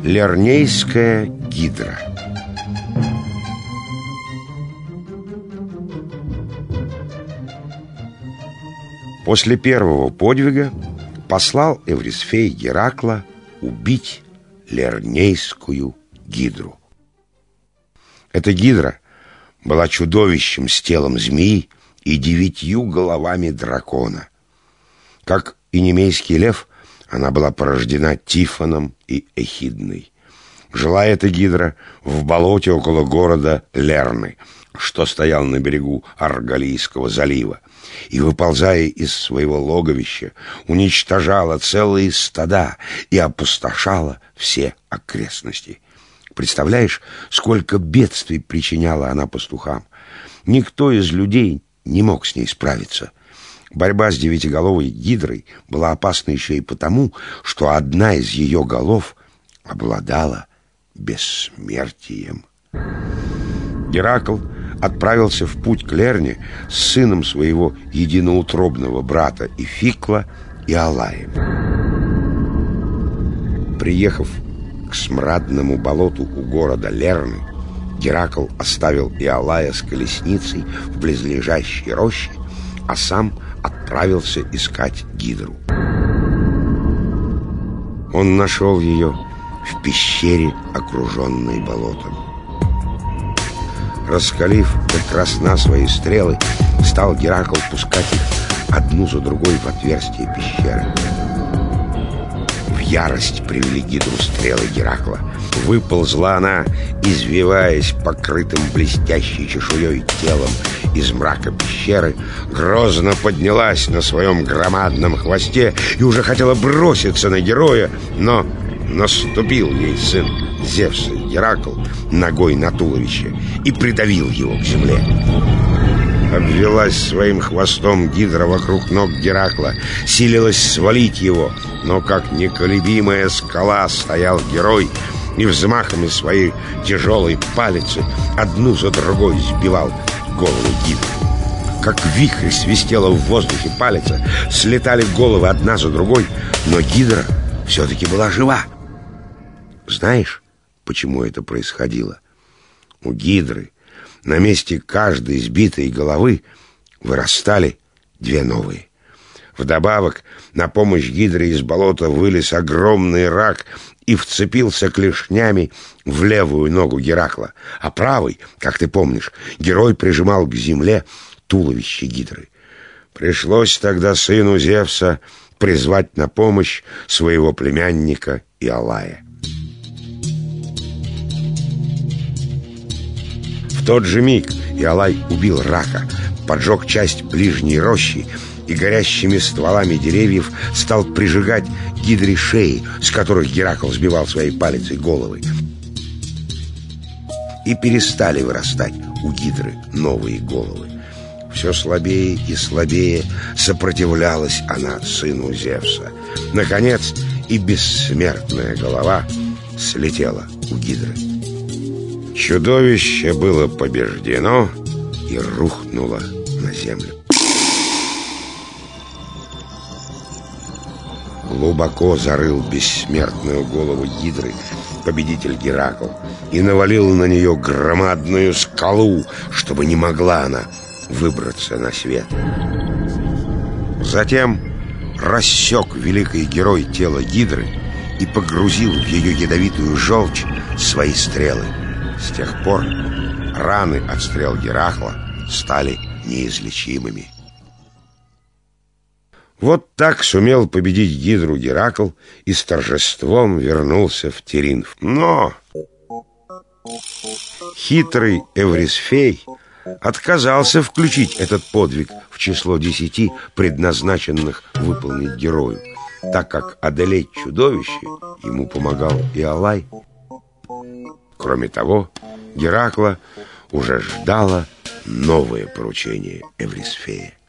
Лернейская гидра. После первого подвига послал Эврисфей Геракла убить Лернейскую гидру. Эта гидра была чудовищем с телом змеи и 9 головами дракона. Как и немейский лев, она была порождена Тифоном и Эхидной. Жила эта гидра в болоте около города Лерны, что стоял на берегу Арголийского залива, и, выползая из своего логовища, уничтожала целые стада и опустошала все окрестности. Представляешь, сколько бедствий причиняла она пастухам? Никто из людей не мог с ней справиться. Борьба с 9головой гидрой была опасна еще и потому, что одна из ее голов обладала бессмертием. Геракл отправился в путь к Лерне с сыном своего единоутробного брата Ификла и Алаем. Приехав к смрадному болоту у города Лерны, Геракл оставил Иолая с колесницей в близлежащей роще, а сам отправился искать гидру. Он нашел ее в пещере, окруженной болотом. Раскалив до красна свои стрелы, стал Геракл пускать их одну за другой в отверстие пещеры. В ярость привели гидру стрелы Геракла. Выползла она, извиваясь покрытым блестящей чешуей телом из мрака пещеры, грозно поднялась на своем громадном хвосте и уже хотела броситься на героя, но наступил ей сын Зевса Геракл ногой на туловище и придавил его к земле. Обвелась своим хвостом гидра вокруг ног Геракла, силилась свалить его, но как неколебимая скала стоял герой и взмахами своей тяжелой палицы одну за другой сбивал голову гидры. Как вихрь свистела в воздухе палица, слетали головы одна за другой, но гидра все-таки была жива. Знаешь, почему это происходило? У гидры на месте каждой сбитой головы вырастали 2 новые. Вдобавок, на помощь гидре из болота вылез огромный рак и вцепился клешнями в левую ногу Геракла, а правой, как ты помнишь, герой прижимал к земле туловище гидры. Пришлось тогда сыну Зевса призвать на помощь своего племянника Иолая. В тот же миг Иолай убил рака, поджег часть ближней рощи и горящими стволами деревьев стал прижигать гидре шеи, с которых Геракл сбивал своей палицей головы. И перестали вырастать у гидры новые головы. Все слабее и слабее сопротивлялась она сыну Зевса. Наконец и бессмертная голова слетела у гидры. Чудовище было побеждено и рухнуло на землю. Глубоко зарыл бессмертную голову гидры победитель Геракл и навалил на нее громадную скалу, чтобы не могла она выбраться на свет. Затем рассек великий герой тело гидры и погрузил в ее ядовитую желчь свои стрелы. С тех пор раны от стрел Геракла стали неизлечимыми. Вот так сумел победить гидру Геракл и с торжеством вернулся в Теринф. Но хитрый Эврисфей отказался включить этот подвиг в число 10 предназначенных выполнить герою, так как одолеть чудовище ему помогал Иолай. Кроме того, Геракла уже ждало новое поручение Эврисфея.